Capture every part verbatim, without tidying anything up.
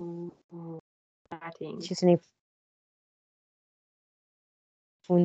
Uh, marketing. Ci sono i pun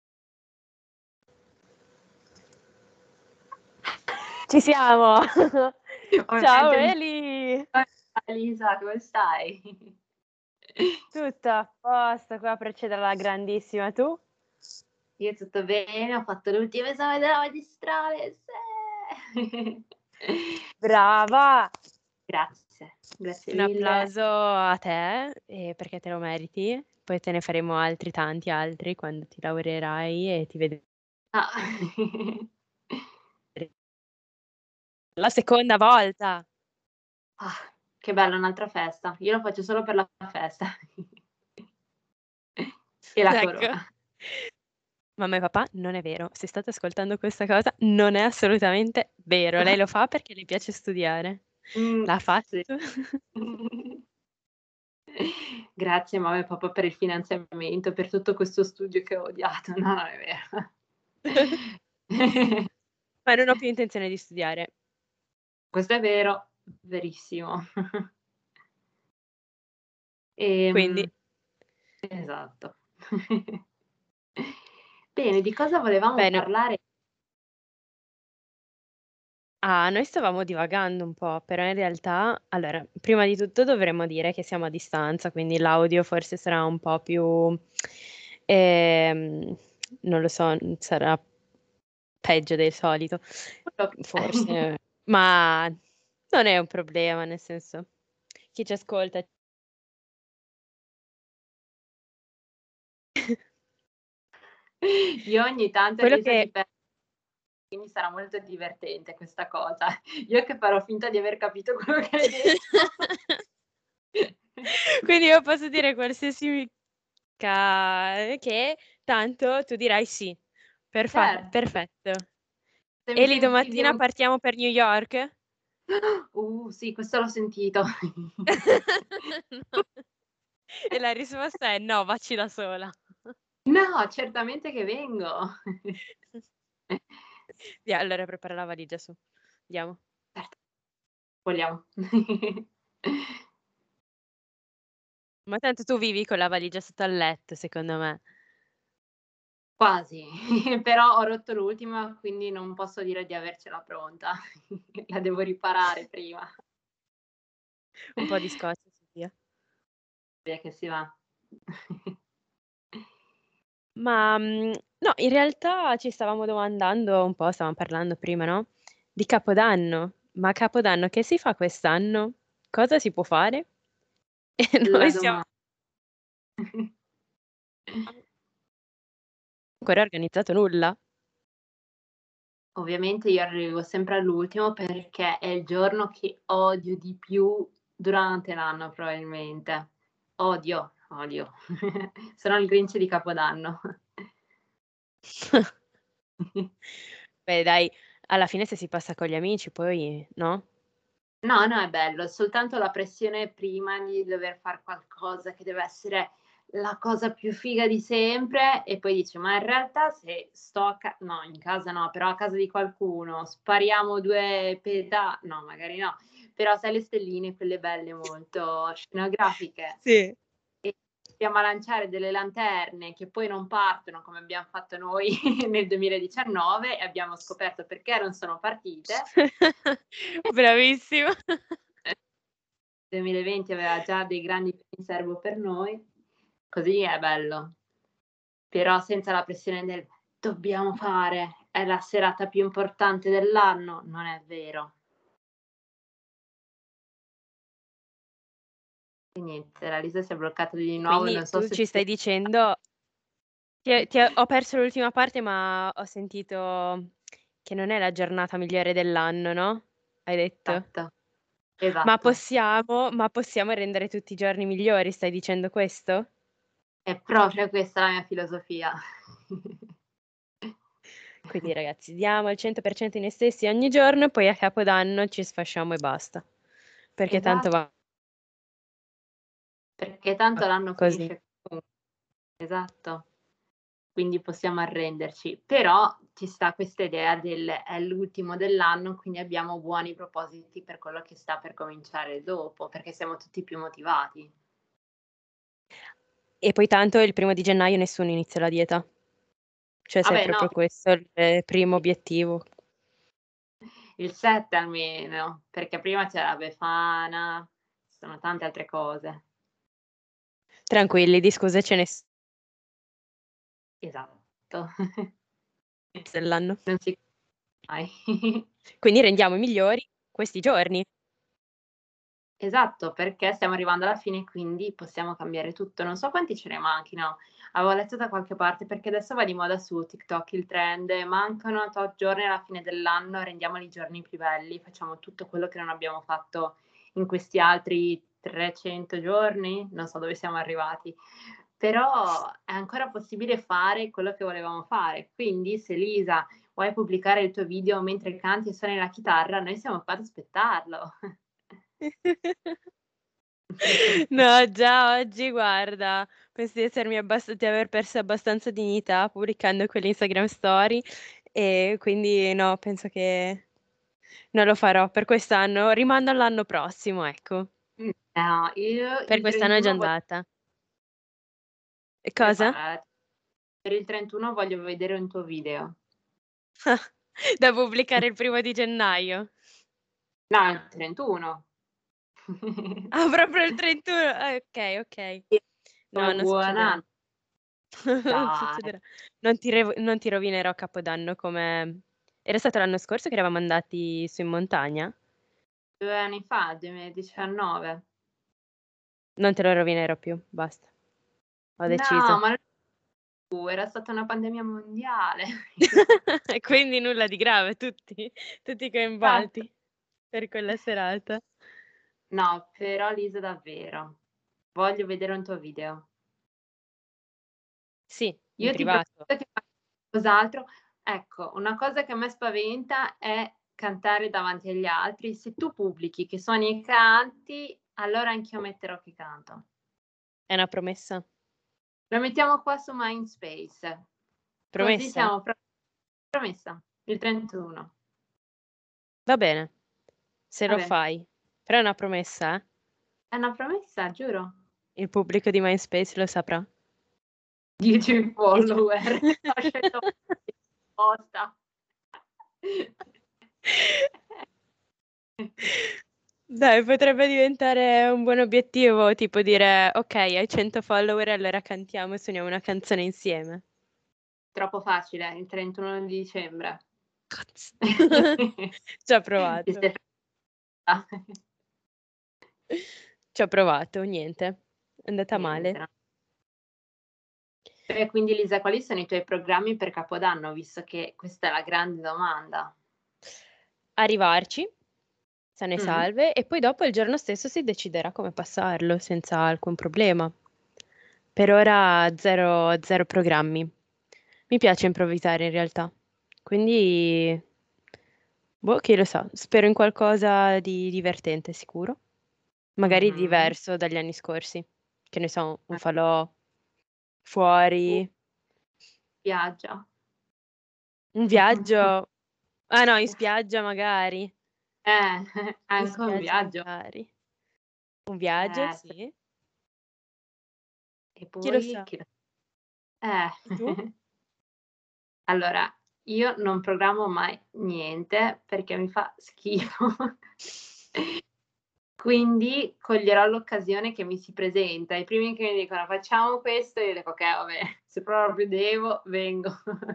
Ci siamo! Ciao Ovviamente Eli! Elisa, come stai? Tutto a posto, qua procede alla grandissima, tu? Io tutto bene, ho fatto l'ultimo esame della magistrale, sì! Brava! Grazie, grazie Un mille. applauso a te, ehm, perché te lo meriti. Poi te ne faremo altri tanti altri quando ti laureerai e ti vede Ah. la seconda volta. Ah, che bello, un'altra festa. Io lo faccio solo per la festa. E la Ecco. corona. Mamma e papà, non è vero. Se state ascoltando questa cosa, non è assolutamente vero. Lei lo fa perché le piace studiare. Mh, L'ha sì. fatto Grazie mamma e papà per il finanziamento, per tutto questo studio che ho odiato. No, non è vero. Ma non ho più intenzione di studiare. Questo è vero, verissimo. Quindi Ehm, esatto. Bene, di cosa volevamo Bene. parlare? Ah, noi stavamo divagando un po', però in realtà allora, prima di tutto dovremmo dire che siamo a distanza, quindi l'audio forse sarà un po' più ehm, non lo so, mhmm, sarà peggio del solito. Forse, ma non è un problema, nel senso, chi ci ascolta Io ogni tanto Quello Elisa che ti per quindi sarà molto divertente questa cosa. Io che farò finta di aver capito quello che hai detto. Quindi io posso dire qualsiasi ca che tanto tu dirai sì. Perfa Certo. perfetto. Se mi Eli, senti dire domattina un partiamo per New York? Uh, sì, questo l'ho sentito. No. E la risposta è: "No, vacci da sola." No, certamente che vengo. Via, allora prepara la valigia, su. Andiamo. Certo. Vogliamo. Ma tanto tu vivi con la valigia sotto al letto, secondo me. Quasi, però ho rotto l'ultima, quindi non posso dire di avercela pronta. La devo riparare prima. Un po' di scotch e su via. Via che si va. Ma, mhmm, no, in realtà ci stavamo domandando un po', stavam parlando prima, no, di Capodanno. Ma a Capodanno che si fa quest'anno? Cosa si può fare? E La noi doma siamo ancora organizzato nulla. Ovviamente io arrivo sempre all'ultimo perché è il giorno che odio di più durante l'anno probabilmente. Odio, odio. Sono il Grinch di Capodanno. Beh dai, alla fine se si passa con gli amici poi no? No, no, è bello, è soltanto la pressione prima di dover far qualcosa che deve essere la cosa più figa di sempre e poi dici: "Ma in realtà se sto a ca" no, in casa no, però a casa di qualcuno, spariamo due peta no, magari no, però sai le stelline quelle belle molto scenografiche Sì. e iniziamo a lanciare delle lanterne che poi non partono come abbiam fatto noi nel duemiladiciannove e abbiamo scoperto perché non sono partite. Bravissima. duemilaventi aveva già dei grandi premi in serbo per noi, così è bello. Però senza la pressione del: "Dobbiamo fare, è la serata più importante dell'anno", non è vero. E niente, la Lisa si è bloccata di nuovo, Quindi non so tu se ci si stai dicendo ti è ti è ho perso l'ultima parte, ma ho sentito che non è la giornata migliore dell'anno, no, hai detto? Esatto, Ma esatto. possiamo ma possiamo rendere tutti i giorni migliori, stai dicendo questo? È proprio questa la mia filosofia. Quindi ragazzi, diamo il cento per cento di noi stessi ogni giorno, poi a Capodanno ci sfasciamo e basta. Perché tanto Esatto. va Perché tanto l'anno così. finisce comu esatto. quindi possiamo arrenderci. Però ci sta questa idea del è l'ultimo dell'anno, quindi abbiamo buoni propositi per quello che sta per cominciare dopo, perché siamo tutti più motivati. E poi tanto il primo di gennaio nessuno inizia la dieta. Cioè se è Vabbè no, proprio questo il eh, primo obiettivo. il sette almeno, perché prima c'è la Befana, ci sono tante altre cose. Tranquilli, di scuse ce ne s Esatto. dell'anno. Non si mai. Quindi rendiamo i migliori questi giorni. Esatto, perché stiamo arrivando alla fine, quindi possiamo cambiare tutto. Non so quanti ce ne manchino. Avevo letto da qualche parte, perché adesso va di moda su TikTok il trend, mancano tot giorni alla fine dell'anno, rendiamoli i giorni più belli, facciamo tutto quello che non abbiamo fatto in questi altri trecento giorni, non so dove siamo arrivati. Però è ancora possibile fare quello che volevamo fare. Quindi se Lisa vuoi pubblicare il tuo video mentre canti e suoni la chitarra, noi siamo qua ad aspettarlo. No, già oggi guarda, penso di essermi abbast di aver perso abbastanza dignità pubblicando quelle Instagram story e quindi no, penso che non lo farò per quest'anno, rimando all'anno prossimo, ecco. Mh, no, io Per il quest'anno è già trentuno voglio andata. E cosa? preparati. Per il trentuno voglio vedere un tuo video. Da pubblicare il primo di gennaio. No, il trentuno. Ah, proprio il trentuno, ah, okay, okay. No, Come non buon succederà. anno, Non dai. succederà. Non ti rev non ti rovinerò Capodanno come era stato l'anno scorso che eravamo andati su in montagna? due anni fa, duemiladiciannove. Non te lo rovinerò più, basta. Ho No, deciso. ma tu, era stata una pandemia mondiale. E quindi nulla di grave, tutti tutti Esatto. coinvolti per quella serata. No, però Lisa davvero, voglio vedere un tuo video. Sì, in Io ti privato. prometto che fa cos'altro ecco, una cosa che a me spaventa è cantare davanti agli altri. Se tu pubblichi che suoni e canti, allora anch'io metterò che canto. È una promessa? Lo mettiamo qua su Mindspace, così Promessa? siamo pro promessa, il trentuno. Va bene, se Va lo bene. fai. Però è una promessa, eh? È una promessa, giuro. Il pubblico di Mindspace lo saprà. dieci Dice follower. Ho scelto apposta. Dai, potrebbe diventare un buon obiettivo, tipo dire: "Okay, hai cento follower, allora cantiamo e suoniamo una canzone insieme." Troppo facile, il trentuno di dicembre. Cazzo. Ci ho Ti provato. sei presa. Ci ho provato, niente, è andata Niente, male. no. E quindi Lisa, quali sono i tuoi programmi per Capodanno, visto che questa è la grande domanda? Arrivarci, sane e Mh? salve, e poi dopo il giorno stesso si deciderà come passarlo senza alcun problema. Per ora zero zero programmi. Mi piace improvvisare in realtà, quindi boh, chi lo sa, spero in qualcosa di divertente sicuro, magari Mh-mh. diverso dagli anni scorsi, che ne so, un Eh, falò uh, fuori, spiaggia. un viaggio ah no, in spiaggia magari, Eh, in anche un spiaggia viaggio. magari. Un viaggio, Eh, s sì, e chi lo poi sa. chi lo eh. E tu? Allora, io non programmo mai niente perché mi fa schifo. Quindi coglierò l'occasione che mi si presenta. I primi che mi dicono: "Facciamo questo", io dico: "Okay, vabbè, se proprio devo vengo".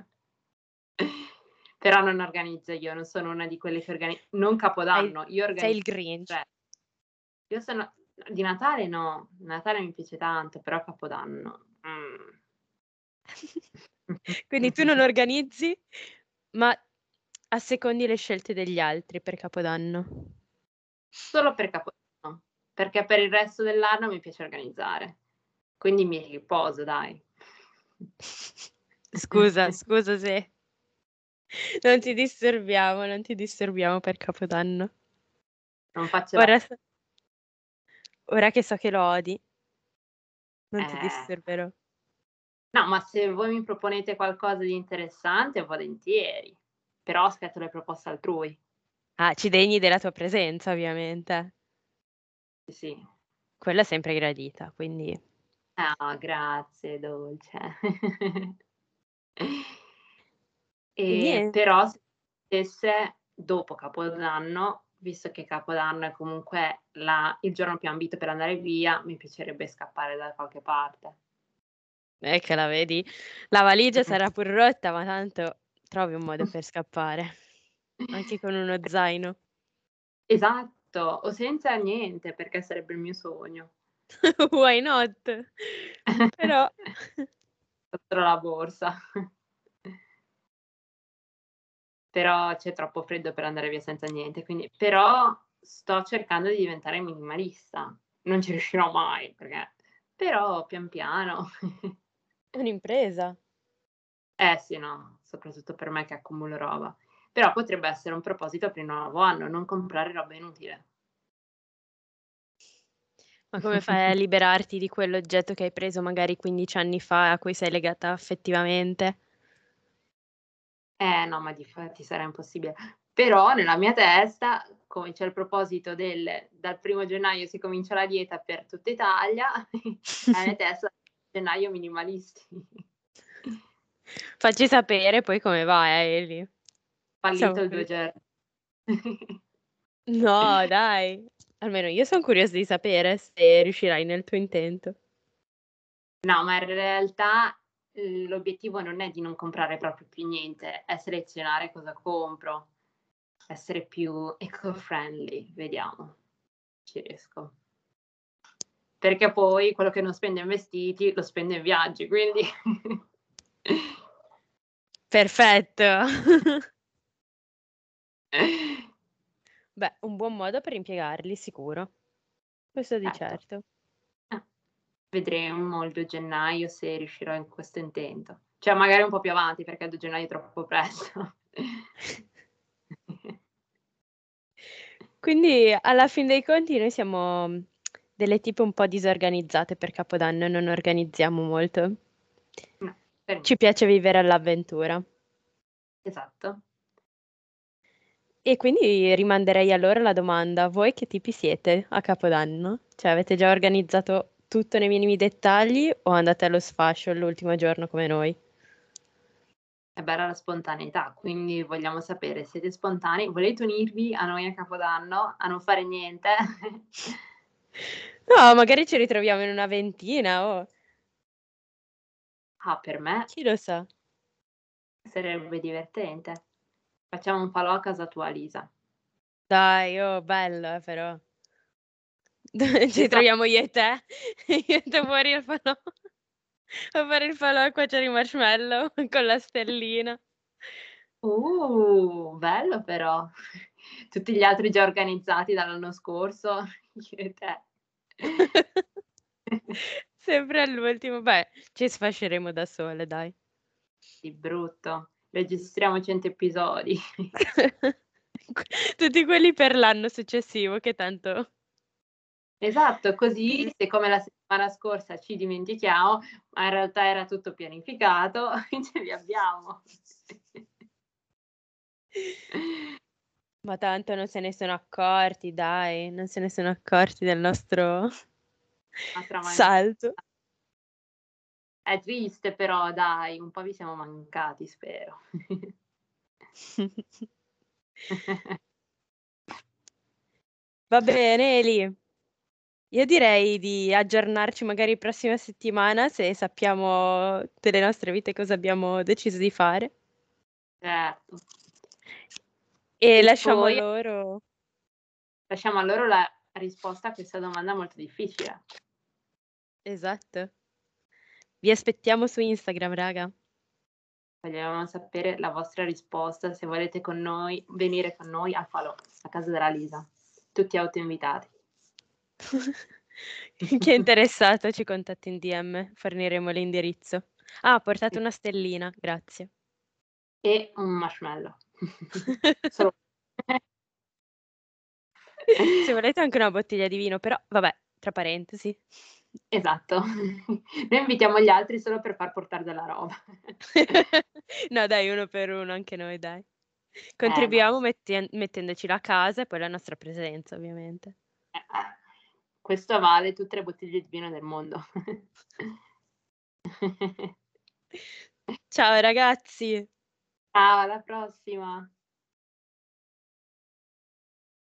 Però non organizzo io, non sono una di quelle che organi non Sei Capodanno, io sei organizzo il Grinch. cioè, io sono di Natale no, Natale mi piace tanto, però Capodanno, mh. Quindi tu non organizzi, ma assecondi le scelte degli altri per Capodanno. Solo per Capodanno, perché per il resto dell'anno mi piace organizzare. Quindi mi riposo dai. Scusa, scusa se non ti disturbiamo, non ti disturbiamo per Capodanno. Non faccio la Ora s ora che so che lo odi, non ti eh, disturberò. No, ma se voi mi proponete qualcosa di interessante, volentieri, però aspetto le proposte altrui. Ah, ci degni della tua presenza ovviamente. Sì. Quella è sempre gradita, quindi Ah, grazie dolce. e Ehm, nien però se potesse dopo Capodanno, visto che Capodanno è comunque la il giorno più ambito per andare via, mi piacerebbe scappare da qualche parte. eccola vedi? La valigia Mh. sarà pur rotta, ma tanto trovi un modo per scappare, anche con uno zaino. Esatto, o senza niente, perché sarebbe il mio sogno. Why not? Però Sotto la borsa. Però c'è troppo freddo per andare via senza niente, quindi però sto cercando di diventare minimalista. Non ci riuscirò mai perché però pian piano. è un'impresa. Eh sì, no, soprattutto per me che accumulo roba. Però potrebbe essere un proposito per il nuovo anno, non comprare roba inutile. Ma come fai a liberarti di quell'oggetto che hai preso magari quindici anni fa, a cui sei legata affettivamente? Eh no, ma difatti sarà impossibile. Però nella mia testa, come c'è il proposito del dal primo gennaio si comincia la dieta per tutta Italia, nella mia testa gennaio minimalisti. Facci sapere poi come va, eh, Eli. Siamo Fallito il due curi ger no dai, almeno io son curiosa di sapere se riuscirai nel tuo intento. No, ma in realtà, uhm, l'obiettivo non è di non comprare proprio più niente, è selezionare cosa compro, essere più eco-friendly, vediamo, ci riesco. Perché poi quello che non spendo in vestiti lo spendo in viaggi, quindi Perfetto. Beh, un buon modo per impiegarli sicuro. Questo di certo. certo. Eh, vedremo il due gennaio se riuscirò in questo intento. Cioè magari un po' più avanti perché il due gennaio è troppo presto. Quindi alla fin dei conti noi siamo, mhmm, delle tipe un po' disorganizzate per Capodanno, non organizziamo molto. No, per Ci niente. piace vivere all'avventura. Esatto. E quindi rimanderei allora la domanda: voi che tipi siete a Capodanno? Cioè avete già organizzato tutto nei minimi dettagli o andate allo sfascio l'ultimo giorno come noi? È bella la spontaneità, quindi vogliamo sapere, siete spontanei? Volete unirvi a noi a Capodanno, a non fare niente? No, magari ci ritroviamo in una ventina, oh, Ah, per me chi lo sa. sarebbe divertente. Facciamo un falò a casa tua, Lisa. Dai, oh, bello eh, però. Dove ci Esa troviamo io e te? Io e te fuori al falò a fare il falò e qua c'era i marshmallow con la stellina. uh, bello però. Tutti gli altri già organizzati dall'anno scorso, io e te. Sempre all'ultimo. Beh, ci sfasceremo da sole dai. Di brutto. Registriamo cento episodi. Tutti quelli per l'anno successivo che tanto Esatto, così se come la settimana scorsa ci dimentichiamo, ma in realtà era tutto pianificato, ce li abbiamo. ma tanto non se ne sono accorti dai, non se ne sono accorti del nostro Nostra manca salto. è triste però dai, un po' vi siamo mancati spero. Va bene Eli, io direi di aggiornarci magari prossima settimana se sappiamo delle nostre vite cosa abbiamo deciso di fare Certo. e E lasciamo a poi loro lasciamo a loro la risposta a questa domanda molto difficile. esatto. Vi aspettiamo su Instagram raga. Vogliamo sapere la vostra risposta, se volete con noi venire con noi al falò, a casa della Lisa. Tutti autoinvitati. Chi è interessato ci contatti in D M, forniremo l'indirizzo. Ah, portate una stellina, grazie. E un marshmallow. Solo Se volete anche una bottiglia di vino, però vabbè, tra parentesi. Esatto. Noi invitiamo gli altri solo per far portare della roba. No dai, uno per uno anche noi dai. Eh no. Contribuiamo mettien mettendoci la casa e poi la nostra presenza ovviamente. Eh, eh. Questo vale tutte le bottiglie di vino del mondo. Ciao ragazzi. Ciao, alla prossima.